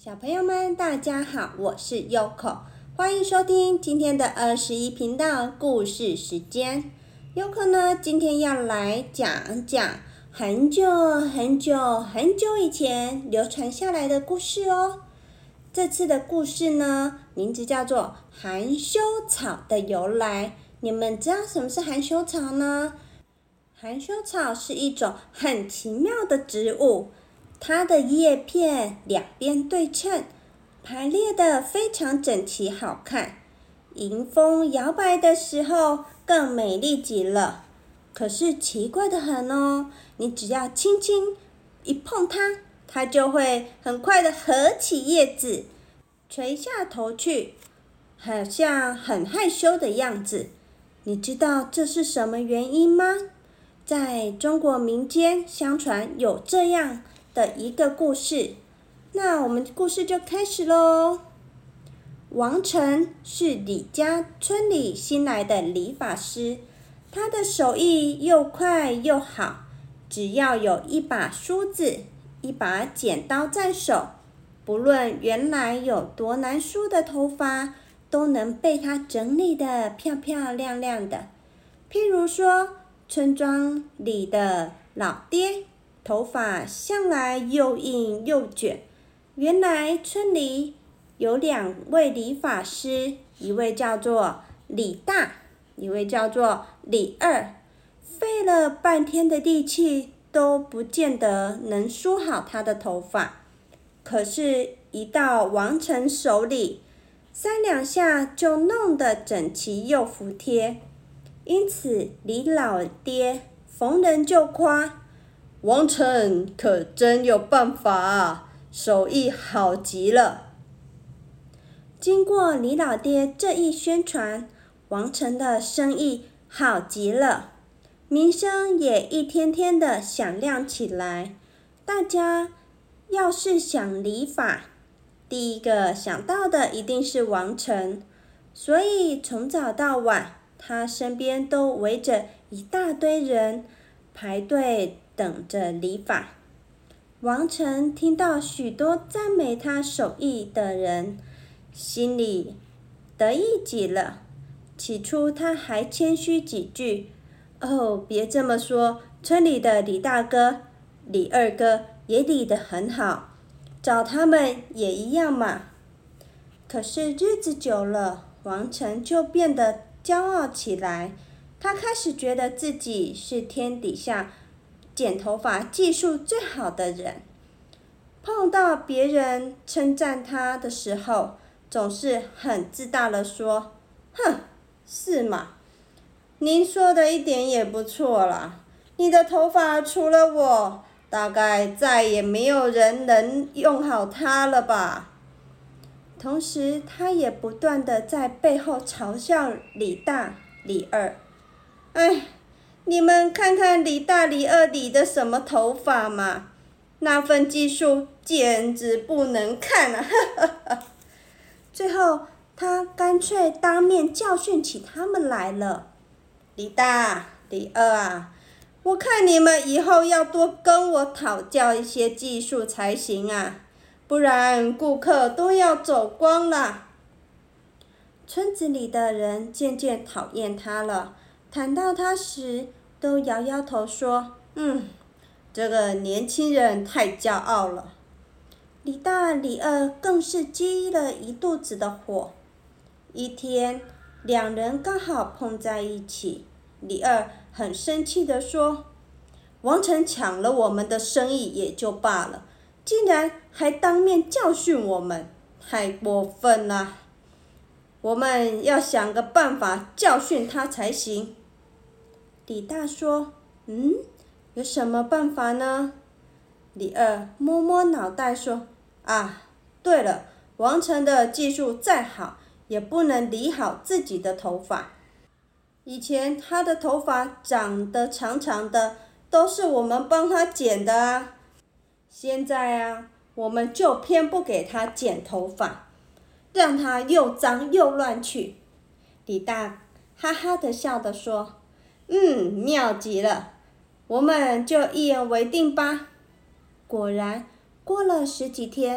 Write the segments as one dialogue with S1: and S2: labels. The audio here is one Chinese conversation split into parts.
S1: 小朋友们，大家好，我是 Yoko， 欢迎收听今天的21频道故事时间。Yoko 呢，今天要来讲讲很久很久很久以前流传下来的故事哦。这次的故事呢，名字叫做含羞草的由来。你们知道什么是含羞草呢？含羞草是一种很奇妙的植物，它的叶片两边对称，排列得非常整齐好看。迎风摇摆的时候更美丽极了。可是奇怪得很哦，你只要轻轻一碰它，它就会很快地合起叶子，垂下头去，好像很害羞的样子。你知道这是什么原因吗？在中国民间相传有这样的一个故事，那我们故事就开始咯。王成是李家村里新来的理发师，他的手艺又快又好，只要有一把梳子、一把剪刀在手，不论原来有多难梳的头发，都能被他整理得漂漂亮亮的。譬如说，村庄里的老爹头发向来又硬又卷，原来村里有2位理发师，一位叫做李大，一位叫做李二，费了半天的力气都不见得能梳好他的头发。可是，一到王成手里，3两下就弄得整齐又服帖。因此，李老爹逢人就夸：王成可真有办法啊，手艺好极了。经过李老爹这一宣传，王成的生意好极了，名声也一天天的响亮起来。大家要是想理发，第一个想到的一定是王成，所以从早到晚，他身边都围着一大堆人排队等着理发。王成听到许多赞美他手艺的人，心里得意极了。起初他还谦虚几句：哦，别这么说，村里的李大哥、李二哥也理得很好，找他们也一样嘛。可是日子久了，王成就变得骄傲起来，他开始觉得自己是天底下剪头发技术最好的人。碰到别人称赞他的时候，总是很自大地说：哼，是吗？您说的一点也不错啦，你的头发除了我，大概再也没有人能用好它了吧。同时，他也不断地在背后嘲笑李大、李二。哎，你们看看李大、李二理的什么头发嘛，那份技术简直不能看啊！最后，他干脆当面教训起他们来了。李大、李二啊，我看你们以后要多跟我讨教一些技术才行啊，不然顾客都要走光了。村子里的人渐渐讨厌他了，谈到他时都摇摇头说：这个年轻人太骄傲了。李大、李二更是积了一肚子的火。一天，2人刚好碰在一起，李二很生气地说：王成抢了我们的生意也就罢了，竟然还当面教训我们，太过分了！我们要想个办法教训他才行。李大说：有什么办法呢？李二摸摸脑袋说：对了，王成的技术再好，也不能理好自己的头发。以前他的头发长得长长的，都是我们帮他剪的啊。现在啊，我们就偏不给他剪头发，让他又脏又乱去。李大哈哈地笑地说：妙极了，我们就一言为定吧。果然，过了10几天，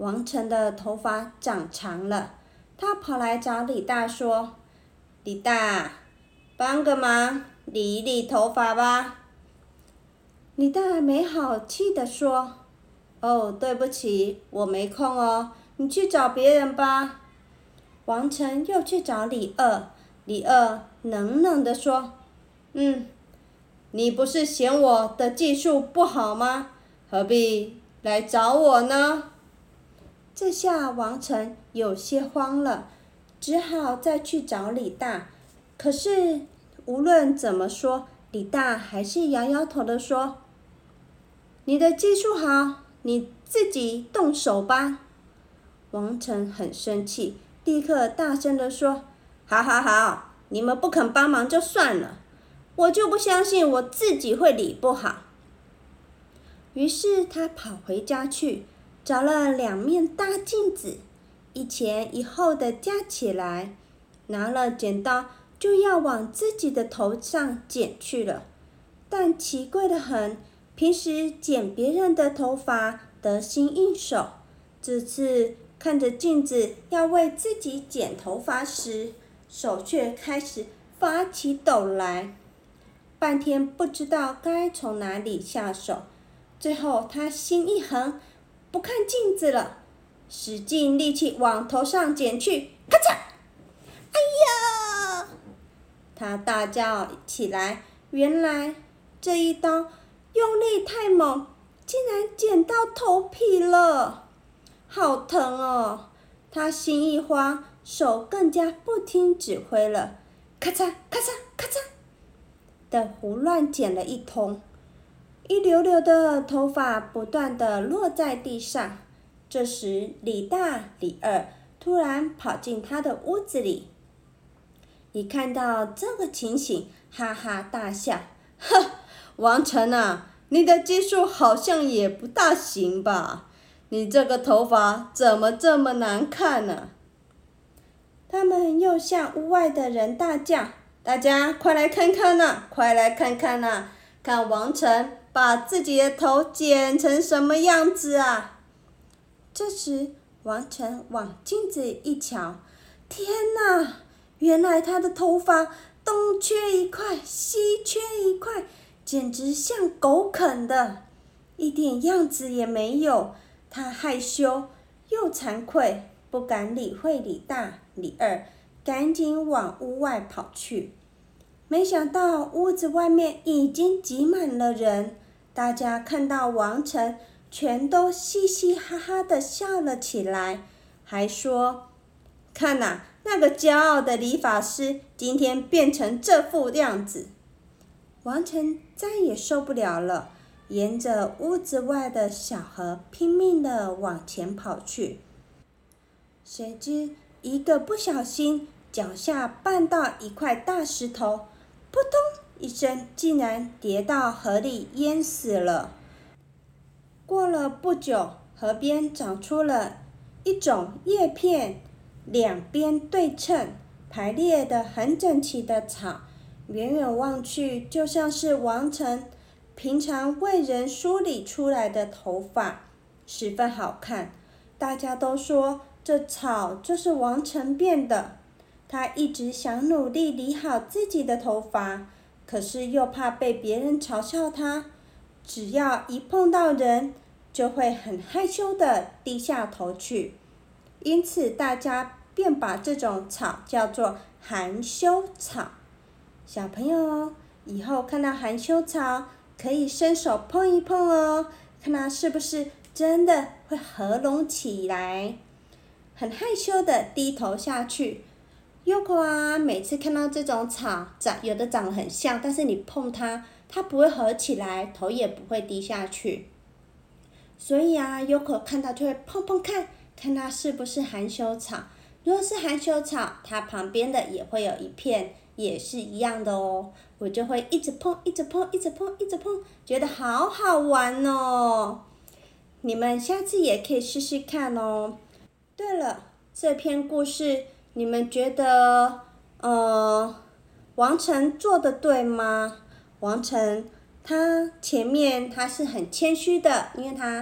S1: 王成的头发长长了，他跑来找李大说：“李大，帮个忙，理一理头发吧。”李大没好气地说：“哦，对不起，我没空哦，你去找别人吧。”王成又去找李二，李二冷冷地说：“你不是嫌我的技术不好吗？何必来找我呢？”这下王成有些慌了，只好再去找李大。可是无论怎么说，李大还是摇摇头地说：“你的技术好，你自己动手吧。”王成很生气，立刻大声地说：“好好好，你们不肯帮忙就算了，我就不相信我自己会理不好。”于是他跑回家去，找了2面大镜子，一前一后的架起来，拿了剪刀就要往自己的头上剪去了。但奇怪得很，平时剪别人的头发得心应手，这次看着镜子要为自己剪头发时，手却开始发起抖来，半天不知道该从哪里下手。最后他心一横，不看镜子了，使尽力气往头上剪去，咔嚓！哎呀！他大叫起来，原来这一刀用力太猛，竟然剪到头皮了，好疼哦！他心一慌，手更加不听指挥了，咔嚓咔嚓咔嚓的胡乱剪了一通。一绺绺的头发不断地落在地上。这时李大、李二突然跑进他的屋子里，一看到这个情形，哈哈大笑：“呵，王成啊，你的技术好像也不大行吧？你这个头发怎么这么难看呢？”他们又向屋外的人大叫：“大家快来看看呐，快来看看呐，看王成把自己的头剪成什么样子啊！”这时王成往镜子一瞧，天哪，原来他的头发东缺一块，西缺一块，简直像狗啃的，一点样子也没有。他害羞又惭愧，不敢理会李大、李二，赶紧往屋外跑去。没想到屋子外面已经挤满了人，大家看到王成，全都嘻嘻哈哈地笑了起来，还说：“看哪，那个骄傲的理发师今天变成这副样子。”王成再也受不了了，沿着屋子外的小河拼命地往前跑去。谁知一个不小心，脚下绊到一块大石头，扑通一声，竟然跌到河里淹死了。过了不久，河边长出了一种叶片两边对称、排列得很整齐的草，远远望去就像是王成平常为人梳理出来的头发，十分好看。大家都说这草就是王成变的。他一直想努力理好自己的头发，可是又怕被别人嘲笑他，只要一碰到人，就会很害羞地低下头去。因此大家便把这种草叫做含羞草。小朋友，以后看到含羞草，可以伸手碰一碰哦，看它是不是真的会合拢起来。很害羞地低头下去。Yoko 啊，每次看到这种草，有的长得很像，但是你碰它，它不会合起来，头也不会低下去。所以啊 ，Yoko 看到就会碰碰看，看它是不是含羞草。如果是含羞草，它旁边的也会有一片，也是一样的哦。我就会一直碰，一直碰，一直碰，一直碰，觉得好好玩哦。你们下次也可以试试看哦。对了，这篇故事你们觉得，王成做的对吗？王成他前面他是很谦虚的，因为他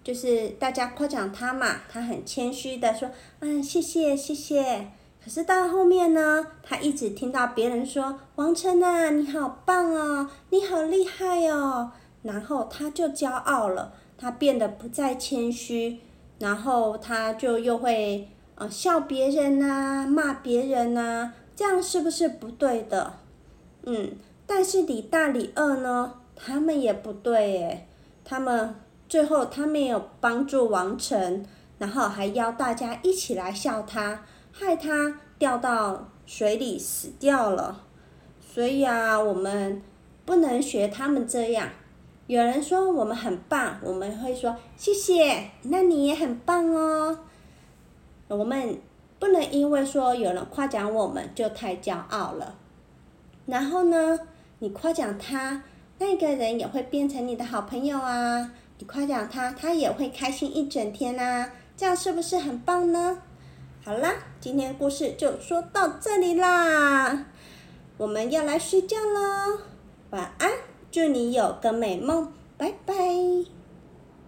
S1: 就是大家夸奖他嘛，他很谦虚的说，谢谢谢谢。可是到后面呢，他一直听到别人说，王晨啊，你好棒哦，你好厉害哦，然后他就骄傲了，他变得不再谦虚，然后他就又会笑别人啊，骂别人啊，这样是不是不对的？但是李大李二呢，他们也不对耶，最后他没有帮助王晨，然后还邀大家一起来笑他，害他掉到水里死掉了。所以啊，我们不能学他们这样。有人说我们很棒，我们会说谢谢，那你也很棒哦。我们不能因为说有人夸奖我们就太骄傲了。然后呢，你夸奖他，那个人也会变成你的好朋友啊。你夸奖他，他也会开心一整天啊。这样是不是很棒呢？好啦，今天故事就说到这里啦，我们要来睡觉咯。晚安，祝你有个美梦，拜拜。